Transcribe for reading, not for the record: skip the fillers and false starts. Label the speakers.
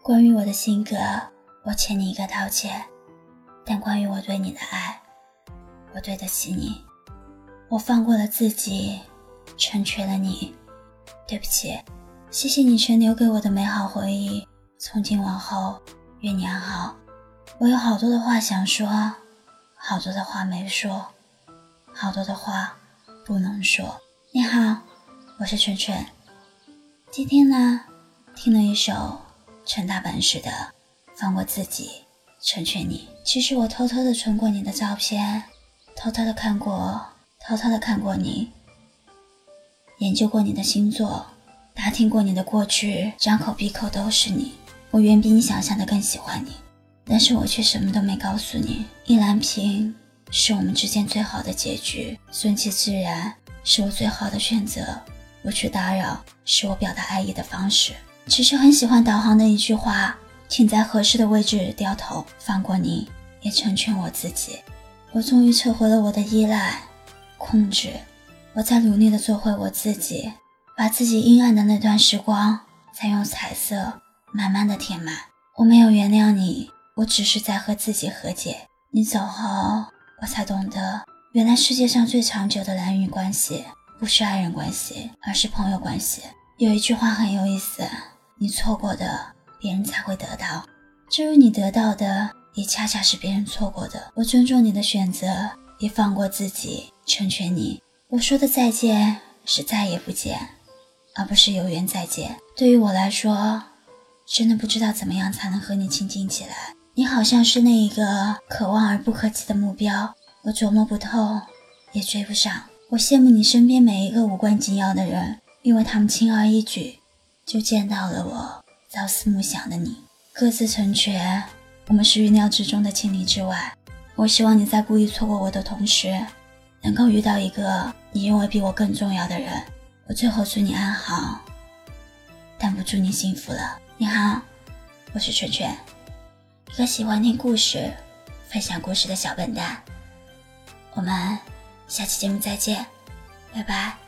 Speaker 1: 关于我的性格，我欠你一个道歉，但关于我对你的爱，我对得起你。我放过了自己，成全了你。对不起，谢谢你曾留给我的美好回忆，从今往后，愿你安好。我有好多的话想说，好多的话没说，好多的话不能说。你好，我是纯纯。今天呢，听了一首陈大本式的《放过自己，成全你》。其实我偷偷的存过你的照片，偷偷的看过你，研究过你的星座，打听过你的过去，张口闭口都是你。我远比你想象的更喜欢你，但是我却什么都没告诉你。意难平是我们之间最好的结局，顺其自然是我最好的选择，不去打扰是我表达爱意的方式。只是很喜欢导航的一句话，请在合适的位置掉头，放过你，也成全我自己。我终于撤回了我的依赖控制，我在努力地做回我自己，把自己阴暗的那段时光再用彩色慢慢地填满。我没有原谅你，我只是在和自己和解。你走后，我才懂得，原来世界上最长久的男女关系不是爱人关系，而是朋友关系。有一句话很有意思，你错过的别人才会得到，正如你得到的也恰恰是别人错过的。我尊重你的选择，也放过自己，成全你。我说的再见是再也不见，而不是有缘再见。对于我来说，真的不知道怎么样才能和你亲近起来。你好像是那一个可望而不可及的目标，我琢磨不透，也追不上。我羡慕你身边每一个无关紧要的人，因为他们轻而易举就见到了我朝思暮想的你。各自成全，我们是预料之中的情理之外。我希望你在故意错过我的同时，能够遇到一个你认为比我更重要的人。我最后祝你安好，但不祝你幸福了。你好，我是纯纯，一个喜欢听故事分享故事的小笨蛋。我们下期节目再见，拜拜。